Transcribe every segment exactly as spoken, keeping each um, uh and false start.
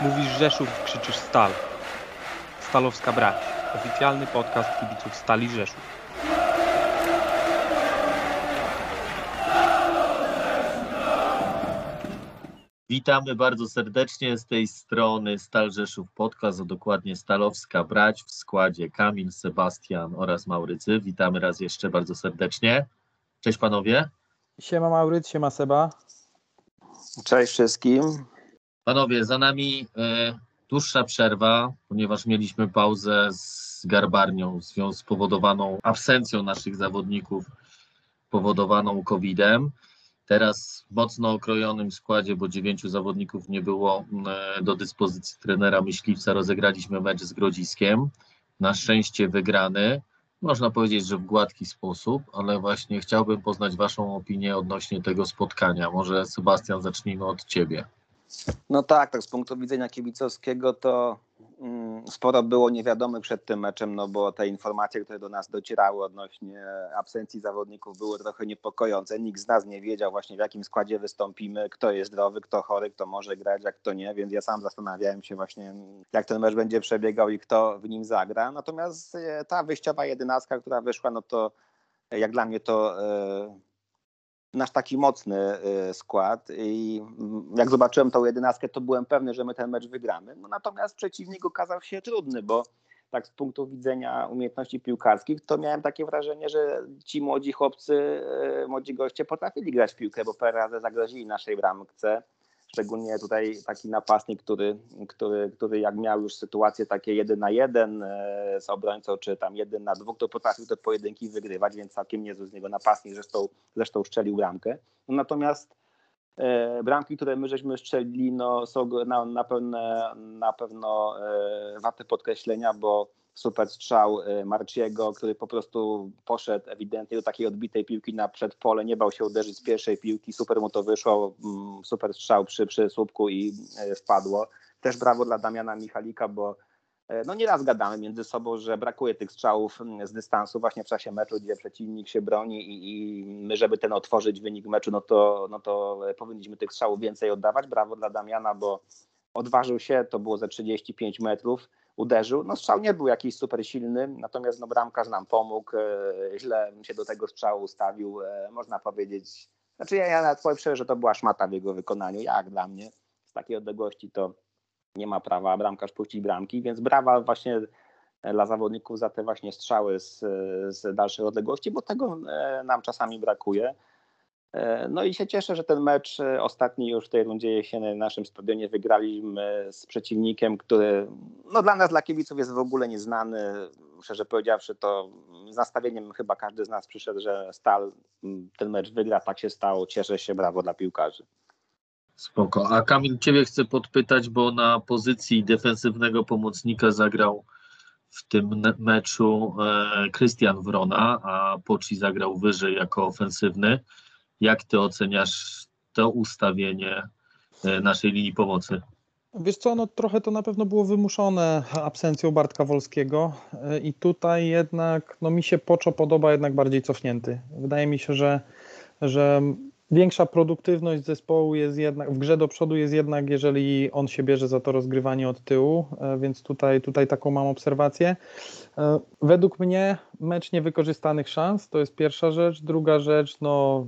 Mówisz Rzeszów, krzyczysz Stal. Stalowska Brać. Oficjalny podcast kibiców Stali Rzeszów. Witamy bardzo serdecznie z tej strony Stal Rzeszów Podcast, a dokładnie Stalowska Brać w składzie Kamil, Sebastian oraz Maurycy. Witamy raz jeszcze bardzo serdecznie. Cześć panowie. Siema Mauryc, siema Seba. Cześć wszystkim. Panowie, za nami e, dłuższa przerwa, ponieważ mieliśmy pauzę z garbarnią zwią- spowodowaną absencją naszych zawodników, powodowaną kowidem. Teraz w mocno okrojonym składzie, bo dziewięciu zawodników nie było e, do dyspozycji trenera Myśliwca, rozegraliśmy mecz z Grodziskiem. Na szczęście wygrany. Można powiedzieć, że w gładki sposób, ale właśnie chciałbym poznać waszą opinię odnośnie tego spotkania. Może Sebastian, zacznijmy od ciebie. No tak, tak z punktu widzenia kibicowskiego to mm, sporo było niewiadomych przed tym meczem, no bo te informacje, które do nas docierały odnośnie absencji zawodników, były trochę niepokojące. Nikt z nas nie wiedział właśnie, w jakim składzie wystąpimy, kto jest zdrowy, kto chory, kto może grać, a kto nie, więc ja sam zastanawiałem się właśnie, jak ten mecz będzie przebiegał i kto w nim zagra. Natomiast ta wyjściowa jedenastka, która wyszła, no to jak dla mnie to yy, nasz taki mocny skład i jak zobaczyłem tą jedenastkę, to byłem pewny, że my ten mecz wygramy. No natomiast przeciwnik okazał się trudny, bo tak z punktu widzenia umiejętności piłkarskich, to miałem takie wrażenie, że ci młodzi chłopcy, młodzi goście potrafili grać w piłkę, bo parę razy zagrozili naszej bramce. Szczególnie tutaj taki napastnik, który, który, który jak miał już sytuacje takie jeden na jeden z obrońcą, czy tam jeden na dwóch, to potrafił te pojedynki wygrywać, więc całkiem niezły z niego napastnik, zresztą, zresztą strzelił bramkę. No natomiast e, bramki, które my żeśmy strzelili, no, są na, na, pewne, na pewno e, warte podkreślenia, bo super strzał Marciego, który po prostu poszedł ewidentnie do takiej odbitej piłki na przedpole, nie bał się uderzyć z pierwszej piłki, super mu to wyszło, super strzał przy, przy słupku i wpadło. Też brawo dla Damiana Michalika, bo no nieraz gadamy między sobą, że brakuje tych strzałów z dystansu właśnie w czasie meczu, gdzie przeciwnik się broni i, i my, żeby ten otworzyć wynik meczu, no to, no to powinniśmy tych strzałów więcej oddawać. Brawo dla Damiana, bo odważył się, to było ze trzydzieści pięć metrów, uderzył. No strzał nie był jakiś super silny, natomiast no bramkarz nam pomógł, e, źle się do tego strzału ustawił, e, można powiedzieć. Znaczy ja, ja nawet powiem szczerze, że to była szmata w jego wykonaniu, jak dla mnie. Z takiej odległości to nie ma prawa bramkarz puścić bramki, więc brawa właśnie dla zawodników za te właśnie strzały z, z dalszej odległości, bo tego e, nam czasami brakuje. No i się cieszę, że ten mecz ostatni już w tej rundzie jesiennej na naszym stadionie wygraliśmy z przeciwnikiem, który no dla nas, dla kibiców jest w ogóle nieznany. Szczerze powiedziawszy, to z nastawieniem chyba każdy z nas przyszedł, że Stal ten mecz wygra. Tak się stało. Cieszę się, brawo dla piłkarzy. Spoko. A Kamil, ciebie chcę podpytać, bo na pozycji defensywnego pomocnika zagrał w tym meczu Krystian Wrona, a Poci zagrał wyżej jako ofensywny. Jak ty oceniasz to ustawienie naszej linii pomocy? Wiesz co, no trochę to na pewno było wymuszone absencją Bartka Wolskiego i tutaj jednak no mi się Poczo podoba jednak bardziej cofnięty. Wydaje mi się, że, że większa produktywność zespołu jest jednak, w grze do przodu jest jednak, jeżeli on się bierze za to rozgrywanie od tyłu, więc tutaj, tutaj taką mam obserwację. Według mnie mecz niewykorzystanych szans to jest pierwsza rzecz. Druga rzecz, no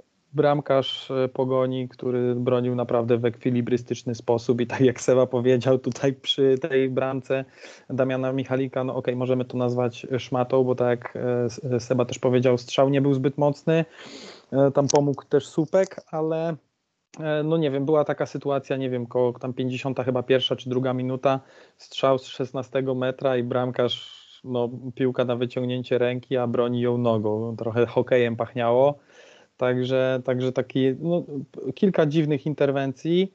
bramkarz Pogoni, który bronił naprawdę w ekwilibrystyczny sposób i tak jak Seba powiedział tutaj przy tej bramce Damiana Michalika, no okej, okay, możemy to nazwać szmatą, bo tak jak Seba też powiedział, strzał nie był zbyt mocny, tam pomógł też słupek, ale no nie wiem, była taka sytuacja, nie wiem, koło tam pięćdziesiąta chyba pierwsza czy druga minuta, strzał z szesnastego metra i bramkarz, no piłka na wyciągnięcie ręki, a broni ją nogą, trochę hokejem pachniało. Także, także taki, no, kilka dziwnych interwencji.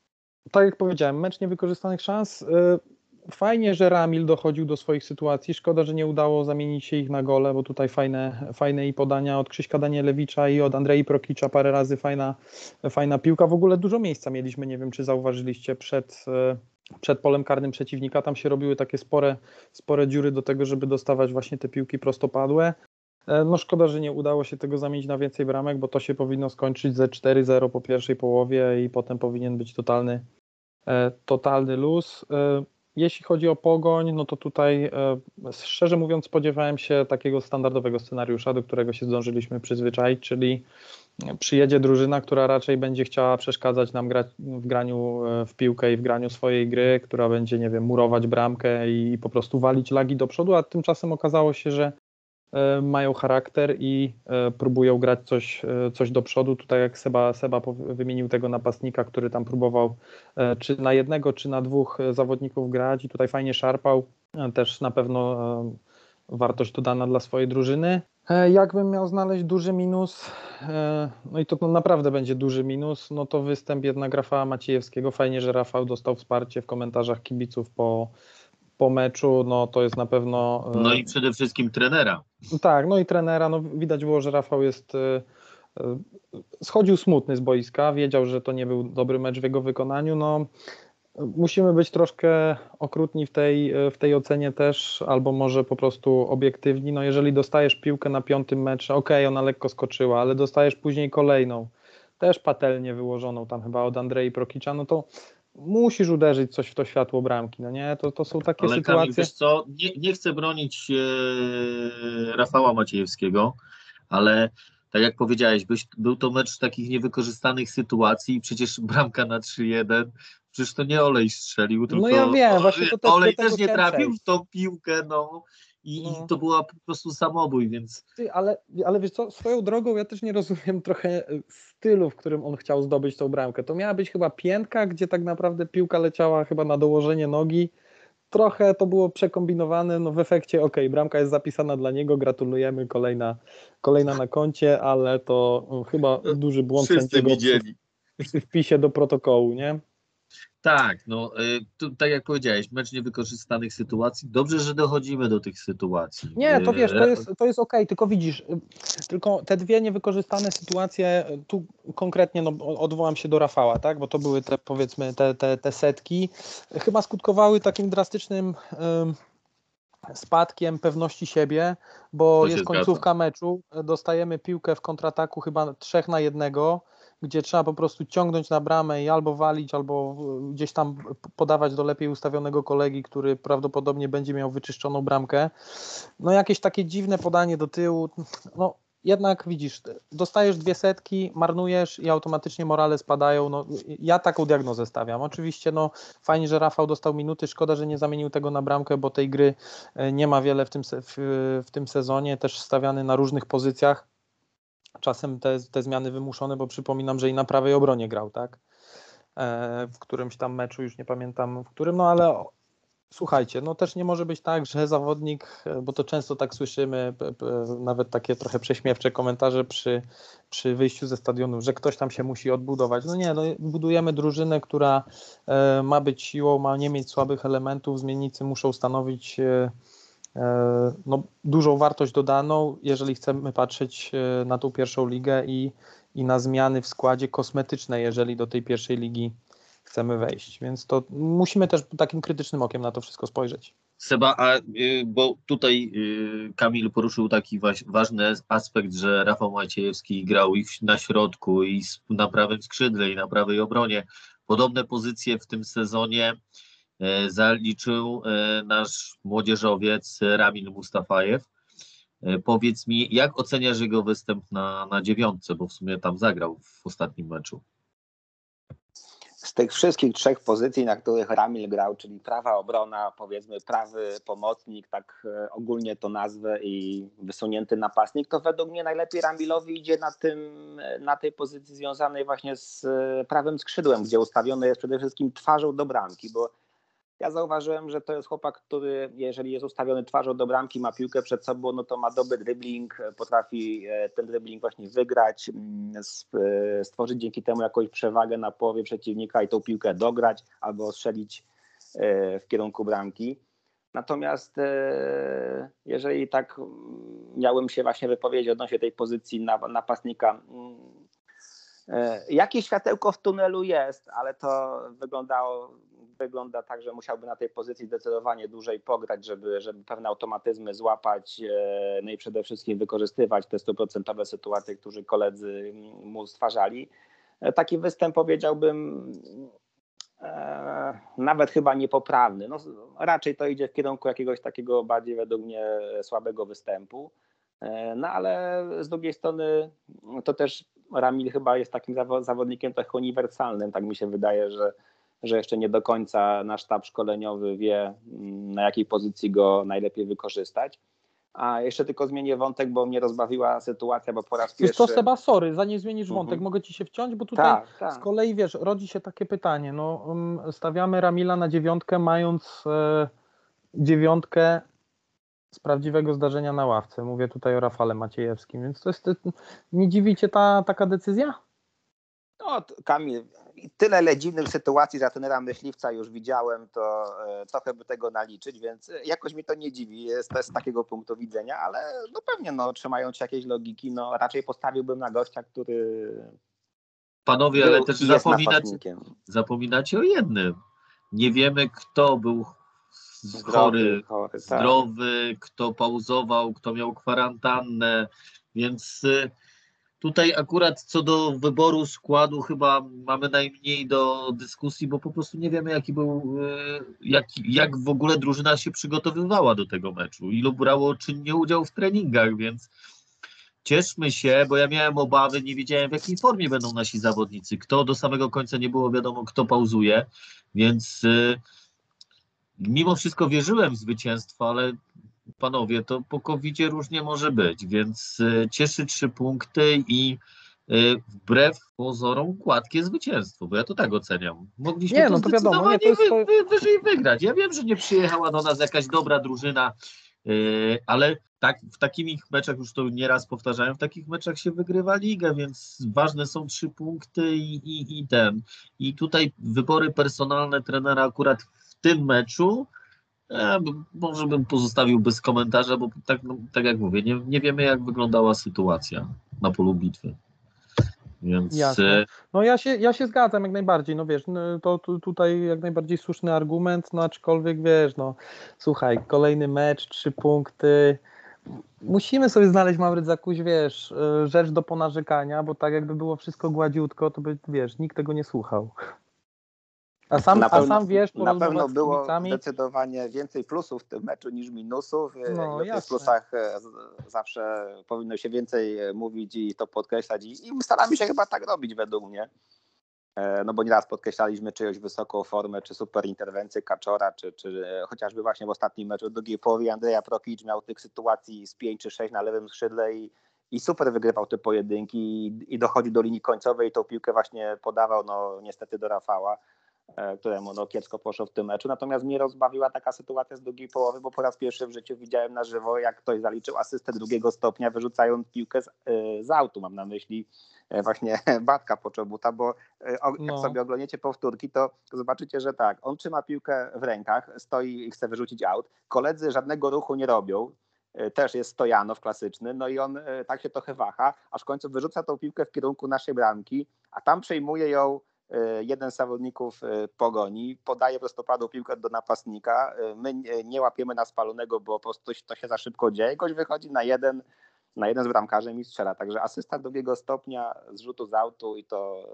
Tak jak powiedziałem, mecz niewykorzystanych szans. Fajnie, że Ramil dochodził do swoich sytuacji. Szkoda, że nie udało zamienić się ich na gole, bo tutaj fajne, fajne i podania od Krzyśka Danielewicza i od Andrei Prokicza parę razy fajna, fajna piłka. W ogóle dużo miejsca mieliśmy, nie wiem czy zauważyliście, przed, przed polem karnym przeciwnika. Tam się robiły takie spore, spore dziury do tego, żeby dostawać właśnie te piłki prostopadłe. No szkoda, że nie udało się tego zamienić na więcej bramek, bo to się powinno skończyć ze cztery zero po pierwszej połowie i potem powinien być totalny, totalny luz. Jeśli chodzi o Pogoń, no to tutaj szczerze mówiąc spodziewałem się takiego standardowego scenariusza, do którego się zdążyliśmy przyzwyczaić, czyli przyjedzie drużyna, która raczej będzie chciała przeszkadzać nam grać w graniu w piłkę i w graniu swojej gry, która będzie, nie wiem, murować bramkę i po prostu walić lagi do przodu, a tymczasem okazało się, że mają charakter i próbują grać coś, coś do przodu. Tutaj jak Seba, Seba wymienił tego napastnika, który tam próbował czy na jednego, czy na dwóch zawodników grać i tutaj fajnie szarpał. Też na pewno wartość dodana dla swojej drużyny. Jakbym miał znaleźć duży minus, no i to naprawdę będzie duży minus, no to występ jednak Rafała Maciejewskiego. Fajnie, że Rafał dostał wsparcie w komentarzach kibiców po po meczu, no to jest na pewno... No i przede wszystkim trenera. Tak, no i trenera, no widać było, że Rafał jest... Schodził smutny z boiska, wiedział, że to nie był dobry mecz w jego wykonaniu, no musimy być troszkę okrutni w tej, w tej ocenie też, albo może po prostu obiektywni, no jeżeli dostajesz piłkę na piątym meczu, okej, okay, ona lekko skoczyła, ale dostajesz później kolejną, też patelnię wyłożoną tam chyba od Andrei Prokicza, no to musisz uderzyć coś w to światło bramki, no nie? To, to są takie Ale sytuacje... Kamil, wiesz co, nie, nie chcę bronić e, Rafała Maciejewskiego, ale tak jak powiedziałeś, byś, był to mecz takich niewykorzystanych sytuacji i przecież bramka na trzy jeden, przecież to nie Olej strzelił, tylko no ja wiem, właśnie to też, Olej do tego też nie trafił przejść. w tą piłkę, no i, No. i to była po prostu samobój, więc... Ty, ale, ale wiesz co, swoją drogą ja też nie rozumiem trochę stylu, w którym on chciał zdobyć tą bramkę. To miała być chyba piętka, gdzie tak naprawdę piłka leciała chyba na dołożenie nogi. Trochę to było przekombinowane, no w efekcie okej, okay, bramka jest zapisana dla niego, gratulujemy, kolejna, kolejna na koncie, ale to chyba duży błąd sędziego przy, przy wpisie do protokołu, nie? Tak, no to, tak jak powiedziałeś, mecz niewykorzystanych sytuacji. Dobrze, że dochodzimy do tych sytuacji. Nie, to wiesz, to jest, to jest okej, okay, tylko widzisz, tylko te dwie niewykorzystane sytuacje, tu konkretnie no, odwołam się do Rafała, tak, bo to były te, powiedzmy, te, te, te setki, chyba skutkowały takim drastycznym um, spadkiem pewności siebie, bo To jest końcówka zgadza. Meczu, dostajemy piłkę w kontrataku chyba trzech na jednego, gdzie trzeba po prostu ciągnąć na bramę i albo walić, albo gdzieś tam podawać do lepiej ustawionego kolegi, który prawdopodobnie będzie miał wyczyszczoną bramkę. No jakieś takie dziwne podanie do tyłu, no jednak widzisz, dostajesz dwie setki, marnujesz i automatycznie morale spadają. No, ja taką diagnozę stawiam. Oczywiście no, fajnie, że Rafał dostał minuty, szkoda, że nie zamienił tego na bramkę, bo tej gry nie ma wiele w tym, w, w tym sezonie, też stawiany na różnych pozycjach. Czasem te, te zmiany wymuszone, bo przypominam, że i na prawej obronie grał, tak? E, w którymś tam meczu, już nie pamiętam w którym, no ale słuchajcie, no też nie może być tak, że zawodnik, bo to często tak słyszymy, p, p, nawet takie trochę prześmiewcze komentarze przy, przy wyjściu ze stadionu, że ktoś tam się musi odbudować. No nie, no budujemy drużynę, która e, ma być siłą, ma nie mieć słabych elementów, zmiennicy muszą stanowić e, no, dużą wartość dodaną, jeżeli chcemy patrzeć na tą pierwszą ligę i, i na zmiany w składzie kosmetyczne, jeżeli do tej pierwszej ligi chcemy wejść. Więc to musimy też takim krytycznym okiem na to wszystko spojrzeć. Seba, a, bo tutaj Kamil poruszył taki ważny aspekt, że Rafał Maciejewski grał i na środku, i na prawym skrzydle, i na prawej obronie. Podobne pozycje w tym sezonie zaliczył nasz młodzieżowiec Ramil Mustafajew. Powiedz mi, jak oceniasz jego występ na, na dziewiątce, bo w sumie tam zagrał w ostatnim meczu? Z tych wszystkich trzech pozycji, na których Ramil grał, czyli prawa obrona, powiedzmy prawy pomocnik, tak ogólnie to nazwę, i wysunięty napastnik, to według mnie najlepiej Ramilowi idzie na, tym, na tej pozycji związanej właśnie z prawym skrzydłem, gdzie ustawiony jest przede wszystkim twarzą do bramki, bo ja zauważyłem, że to jest chłopak, który jeżeli jest ustawiony twarzą do bramki, ma piłkę przed sobą, no to ma dobry dribbling, potrafi ten dribbling właśnie wygrać, stworzyć dzięki temu jakąś przewagę na połowie przeciwnika i tą piłkę dograć albo strzelić w kierunku bramki. Natomiast jeżeli tak miałem się właśnie wypowiedzieć odnośnie tej pozycji napastnika, jakieś światełko w tunelu jest, ale to wyglądało, wygląda tak, że musiałby na tej pozycji zdecydowanie dłużej pograć, żeby, żeby pewne automatyzmy złapać, no i przede wszystkim wykorzystywać te stuprocentowe sytuacje, które koledzy mu stwarzali. Taki występ, powiedziałbym, e, nawet chyba niepoprawny. No, raczej to idzie w kierunku jakiegoś takiego bardziej według mnie słabego występu. E, no ale z drugiej strony to też Ramil chyba jest takim zawo- zawodnikiem trochę uniwersalnym. Tak mi się wydaje, że, że jeszcze nie do końca nasz sztab szkoleniowy wie, na jakiej pozycji go najlepiej wykorzystać. A jeszcze tylko zmienię wątek, bo mnie rozbawiła sytuacja, bo po raz Wiesz pierwszy... co, Seba, sorry, zanim zmienisz wątek, Mhm. mogę ci się wciąć, bo tutaj Tak, tak. z kolei, wiesz, rodzi się takie pytanie, no um, stawiamy Ramila na dziewiątkę, mając e, dziewiątkę z prawdziwego zdarzenia na ławce. Mówię tutaj o Rafale Maciejewskim, więc to jest, to, nie dziwi cię ta taka decyzja? No, t- Kamil, tyle dziwnych sytuacji za trenera Myśliwca już widziałem, to e, trochę by tego naliczyć, więc e, jakoś mi to nie dziwi jest, to z takiego punktu widzenia, ale no pewnie, no, trzymając się jakiejś logiki, no raczej postawiłbym na gościa, który Panowie, ale był też i jest zapominacie, napastnikiem. zapominacie o jednym. Nie wiemy, kto był Zdrowy, chory, chory, tak. zdrowy, kto pauzował, kto miał kwarantannę, więc y, tutaj akurat co do wyboru składu chyba mamy najmniej do dyskusji, bo po prostu nie wiemy, jaki był, y, jak, jak w ogóle drużyna się przygotowywała do tego meczu, ilu brało czynnie udział w treningach, więc cieszmy się, bo ja miałem obawy, nie wiedziałem, w jakiej formie będą nasi zawodnicy. Kto do samego końca nie było wiadomo, kto pauzuje, więc y, mimo wszystko wierzyłem w zwycięstwo, ale panowie, to po kowidzie różnie może być, więc y, cieszy trzy punkty i y, wbrew pozorom gładkie zwycięstwo, bo ja to tak oceniam. Mogliśmy Nie, to no to wiadomo, zdecydowanie nie, to jest wy, to... wy, wyżej wygrać. Ja wiem, że nie przyjechała do nas jakaś dobra drużyna, y, ale tak, w takich meczach, już to nieraz powtarzałem, w takich meczach się wygrywa ligę, więc ważne są trzy punkty i, i, i ten. I tutaj wybory personalne trenera akurat w tym meczu, ja bym, może bym pozostawił bez komentarza, bo tak, no, tak jak mówię, nie, nie wiemy, jak wyglądała sytuacja na polu bitwy. Więc Jasne. No ja się, ja się zgadzam jak najbardziej, no wiesz, no, to tu, tutaj jak najbardziej słuszny argument, no aczkolwiek wiesz, no słuchaj, kolejny mecz, trzy punkty, musimy sobie znaleźć, mam ryzakuś, wiesz, y, rzecz do ponarzekania, bo tak jakby było wszystko gładziutko, to by, wiesz, nikt tego nie słuchał. A sam, Na a pewno, sam wiesz, po na rozmowach pewno z było kibicami, zdecydowanie więcej plusów w tym meczu niż minusów. No, I o tych jasne. plusach e, z- zawsze powinno się więcej e, mówić i to podkreślać. I, i staramy się chyba tak robić według mnie. E, No bo nieraz podkreślaliśmy czyjąś wysoką formę, czy super interwencję Kaczora, czy, czy e, chociażby właśnie w ostatnim meczu w drugiej połowie Andrzeja Prokicz miał tych sytuacji z pięć czy sześć na lewym skrzydle i, i super wygrywał te pojedynki i, i dochodził do linii końcowej i tą piłkę właśnie podawał, no niestety do Rafała, e, któremu no, kiepsko poszło w tym meczu. Natomiast mnie rozbawiła taka sytuacja z drugiej połowy, bo po raz pierwszy w życiu widziałem na żywo, jak ktoś zaliczył asystę drugiego stopnia, wyrzucając piłkę z, e, z autu. Mam na myśli e, właśnie Bartka Poczobuta, bo e, o, jak No. sobie oglądacie powtórki, to zobaczycie, że tak, on trzyma piłkę w rękach, stoi i chce wyrzucić aut. Koledzy żadnego ruchu nie robią. E, Też jest Stojanow klasyczny, no i on e, tak się trochę waha, aż w końcu wyrzuca tą piłkę w kierunku naszej bramki, a tam przejmuje ją e, jeden z zawodników e, Pogoni, podaje prostopadłą piłkę do napastnika, e, my nie- nie łapiemy na spalonego, bo po prostu to się za szybko dzieje, gość wychodzi na jeden, na jeden z bramkarzem i strzela, także asysta drugiego stopnia z rzutu z autu i to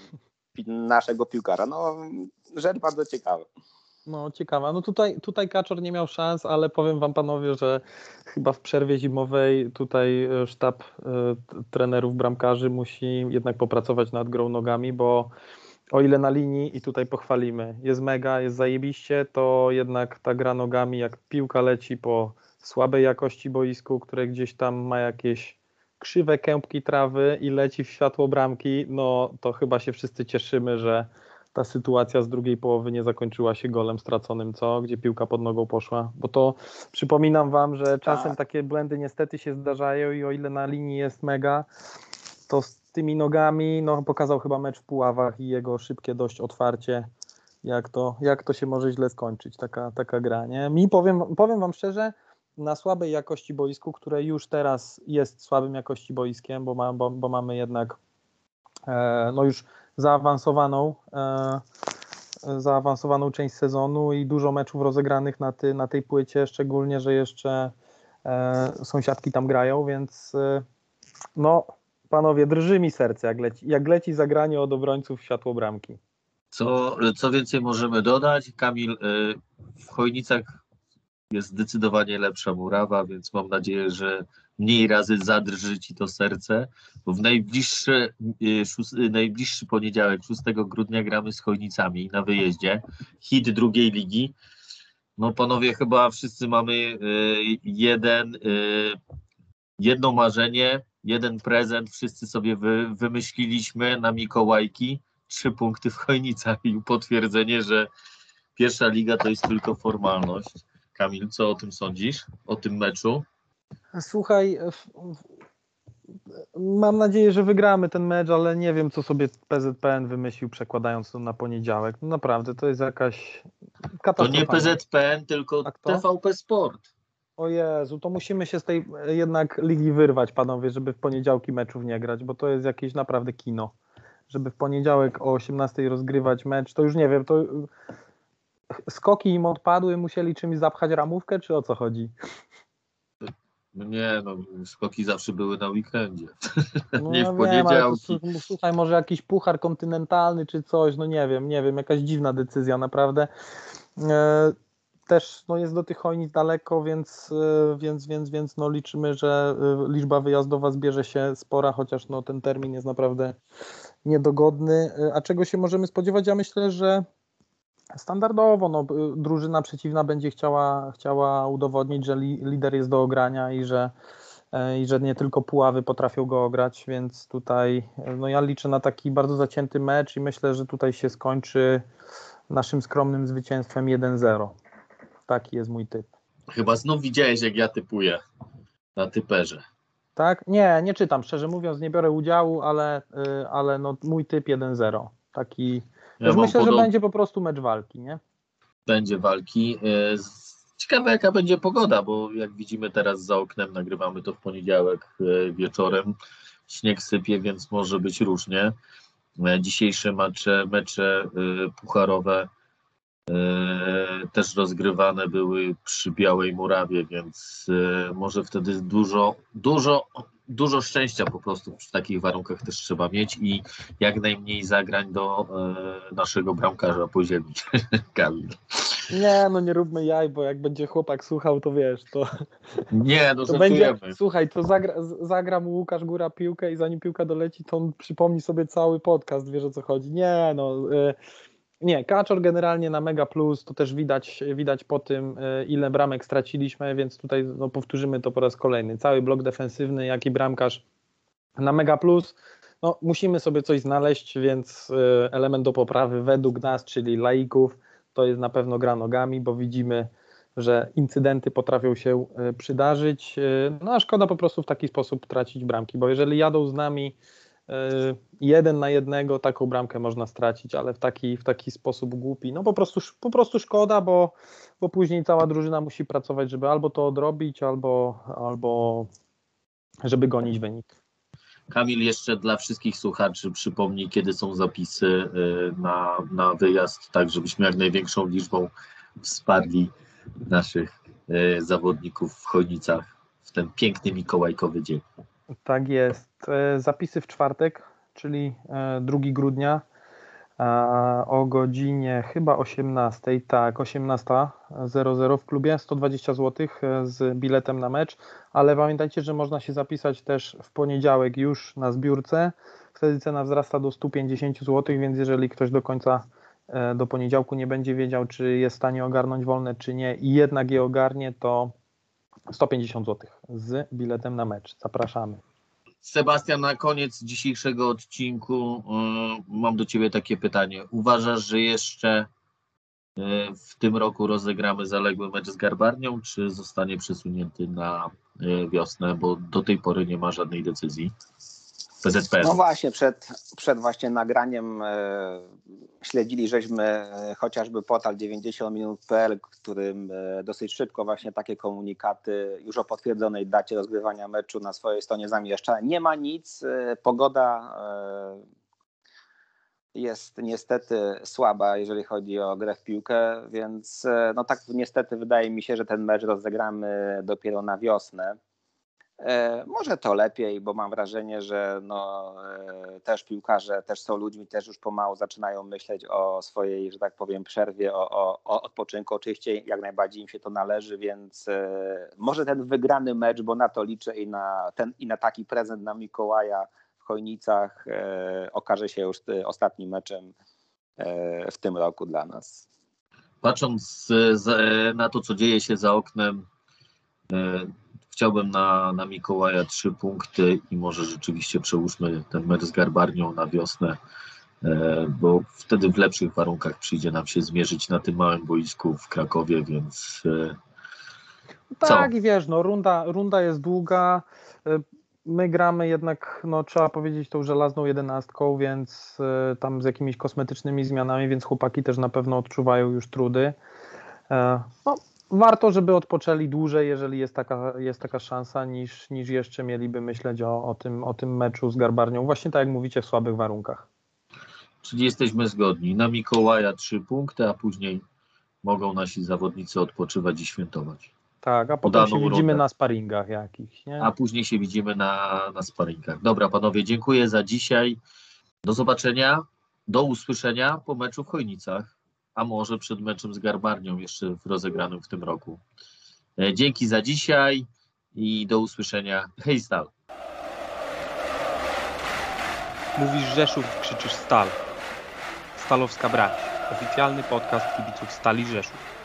e, naszego piłkara, no rzecz bardzo ciekawa. No, ciekawa. No tutaj, tutaj Kaczor nie miał szans, ale powiem wam panowie, że chyba w przerwie zimowej tutaj e, sztab e, t- trenerów bramkarzy musi jednak popracować nad grą nogami, bo o ile na linii i tutaj pochwalimy, jest mega, jest zajebiście, to jednak ta gra nogami, jak piłka leci po słabej jakości boisku, które gdzieś tam ma jakieś krzywe kępki trawy i leci w światło bramki, no to chyba się wszyscy cieszymy, że ta sytuacja z drugiej połowy nie zakończyła się golem straconym, co? Gdzie piłka pod nogą poszła, bo to przypominam wam, że czasem Tak. takie błędy niestety się zdarzają i o ile na linii jest mega, to z tymi nogami, no pokazał chyba mecz w Puławach i jego szybkie dość otwarcie, jak to, jak to się może źle skończyć, taka, taka gra, nie? Mi powiem, powiem wam szczerze, na słabej jakości boisku, które już teraz jest słabym jakości boiskiem, bo, ma, bo, bo mamy jednak e, no już zaawansowaną e, zaawansowaną część sezonu i dużo meczów rozegranych na, ty, na tej płycie, szczególnie, że jeszcze e, sąsiadki tam grają, więc e, no panowie, drży mi serce, jak leci, jak leci zagranie od obrońców w światło bramki. Co, co więcej możemy dodać? Kamil, w Chojnicach jest zdecydowanie lepsza murawa, więc mam nadzieję, że mniej razy zadrży ci to serce, bo w najbliższy, szósty, najbliższy poniedziałek, szóstego grudnia gramy z Chojnicami na wyjeździe. Hit drugiej ligi. No panowie, chyba wszyscy mamy jeden, jedno marzenie, jeden prezent, wszyscy sobie wy, wymyśliliśmy na Mikołajki, trzy punkty w Chojnicach i potwierdzenie, że pierwsza liga to jest tylko formalność. Kamil, co o tym sądzisz? O tym meczu? Słuchaj, mam nadzieję, że wygramy ten mecz, ale nie wiem, co sobie P Z P N wymyślił, przekładając to na poniedziałek. No naprawdę, to jest jakaś To katastrofa. nie P Z P N, tylko T V P Sport. O Jezu, to musimy się z tej jednak ligi wyrwać, panowie, żeby w poniedziałki meczów nie grać, bo to jest jakieś naprawdę kino. Żeby w poniedziałek o osiemnastej rozgrywać mecz, to już nie wiem, to skoki im odpadły, musieli czymś zapchać ramówkę, czy o co chodzi? No nie, no skoki zawsze były na weekendzie. No nie ja w wiem, ale poniedziałki. to, słuchaj, może jakiś puchar kontynentalny czy coś, no nie wiem, nie wiem, jakaś dziwna decyzja naprawdę. E, też no, jest do tych Chojnic daleko, więc, e, więc, więc, więc no, liczymy, że e, liczba wyjazdowa zbierze się spora, chociaż no, ten termin jest naprawdę niedogodny. E, a czego się możemy spodziewać? Ja myślę, że standardowo no, drużyna przeciwna będzie chciała, chciała udowodnić, że li, lider jest do ogrania i że, i że nie tylko Puławy potrafią go ograć, więc tutaj no, ja liczę na taki bardzo zacięty mecz i myślę, że tutaj się skończy naszym skromnym zwycięstwem jeden zero. Taki jest mój typ. Chyba znów widziałeś, jak ja typuję na typerze. Tak? Nie, nie czytam, szczerze mówiąc, nie biorę udziału, ale, ale no, mój typ jeden zero. Taki. Ja Już myślę, podob... że będzie po prostu mecz walki, nie? Będzie walki. Ciekawe, jaka będzie pogoda, bo jak widzimy teraz za oknem, nagrywamy to w poniedziałek wieczorem. Śnieg sypie, więc może być różnie. Dzisiejsze mecze, mecze pucharowe też rozgrywane były przy Białej Murawie, więc może wtedy dużo, dużo, dużo szczęścia po prostu przy takich warunkach też trzeba mieć i jak najmniej zagrań do naszego bramkarza po ziemi. Kamil. Nie, no nie róbmy jaj, bo jak będzie chłopak słuchał, to wiesz, to... Nie, no to żartujemy. będzie, słuchaj, to zagra, zagra mu Łukasz Góra piłkę i zanim piłka doleci, to on przypomni sobie cały podcast, wiesz o co chodzi. Nie, no... Y Nie, Kaczor generalnie na Mega Plus, to też widać, widać po tym, ile bramek straciliśmy, więc tutaj no, powtórzymy to po raz kolejny. Cały blok defensywny, jak i bramkarz na Mega Plus, no, musimy sobie coś znaleźć, więc element do poprawy według nas, czyli laików, to jest na pewno gra nogami, bo widzimy, że incydenty potrafią się przydarzyć, no a szkoda po prostu w taki sposób tracić bramki, bo jeżeli jadą z nami jeden na jednego, taką bramkę można stracić, ale w taki, w taki sposób głupi. No po prostu, po prostu szkoda, bo, bo później cała drużyna musi pracować, żeby albo to odrobić, albo, albo żeby gonić wynik. Kamil, jeszcze dla wszystkich słuchaczy przypomnij, kiedy są zapisy na, na wyjazd, tak żebyśmy jak największą liczbą wsparli naszych zawodników w Chojnicach w ten piękny mikołajkowy dzień. Tak jest. Zapisy w czwartek, czyli drugiego grudnia o godzinie chyba osiemnastej, tak, osiemnasta zero zero w klubie, sto dwadzieścia złotych z biletem na mecz, ale pamiętajcie, że można się zapisać też w poniedziałek już na zbiórce, wtedy cena wzrasta do stu pięćdziesięciu złotych, więc jeżeli ktoś do końca do poniedziałku nie będzie wiedział, czy jest w stanie ogarnąć wolne, czy nie i jednak je ogarnie, to sto pięćdziesiąt złotych z biletem na mecz. Zapraszamy. Sebastian, na koniec dzisiejszego odcinku yy, mam do Ciebie takie pytanie. Uważasz, że jeszcze yy, w tym roku rozegramy zaległy mecz z Garbarnią, czy zostanie przesunięty na yy, wiosnę, bo do tej pory nie ma żadnej decyzji P Z P N? No właśnie, przed, przed właśnie nagraniem e, śledzili żeśmy e, chociażby portal dziewięćdziesiąt minut kropka p l, którym e, dosyć szybko właśnie takie komunikaty już o potwierdzonej dacie rozgrywania meczu na swojej stronie zamieszcza. Nie ma nic, e, pogoda e, jest niestety słaba, jeżeli chodzi o grę w piłkę, więc e, no tak niestety wydaje mi się, że ten mecz rozegramy dopiero na wiosnę. E, może to lepiej, bo mam wrażenie, że no, e, też piłkarze też są ludźmi, też już pomału zaczynają myśleć o swojej, że tak powiem, przerwie, o, o, o odpoczynku. Oczywiście jak najbardziej im się to należy, więc e, może ten wygrany mecz, bo na to liczę i na, ten, i na taki prezent na Mikołaja w Chojnicach e, okaże się już ty, ostatnim meczem e, w tym roku dla nas. Patrząc z, na to, co dzieje się za oknem, e, chciałbym na, na Mikołaja trzy punkty i może rzeczywiście przełóżmy ten mecz z Garbarnią na wiosnę, e, bo wtedy w lepszych warunkach przyjdzie nam się zmierzyć na tym małym boisku w Krakowie, więc e, Tak, co? i wiesz, no runda, runda jest długa. My gramy jednak, no trzeba powiedzieć, tą żelazną jedenastką, więc y, tam z jakimiś kosmetycznymi zmianami, więc chłopaki też na pewno odczuwają już trudy. E, no, warto, żeby odpoczęli dłużej, jeżeli jest taka, jest taka szansa, niż, niż jeszcze mieliby myśleć o, o, tym, o tym meczu z Garbarnią. Właśnie tak jak mówicie, w słabych warunkach. Czyli jesteśmy zgodni. Na Mikołaja trzy punkty, a później mogą nasi zawodnicy odpoczywać i świętować. Tak, a potem Udaną się widzimy rundę. na sparingach jakichś, nie? A później się widzimy na, na sparingach. Dobra, panowie, dziękuję za dzisiaj. Do zobaczenia, do usłyszenia po meczu w Chojnicach, a może przed meczem z Garbarnią jeszcze w rozegranym w tym roku. E, Dzięki za dzisiaj i do usłyszenia. Hej Stal. Mówisz Rzeszów, krzyczysz Stal. Stalowska Brać. Oficjalny podcast kibiców Stali Rzeszów.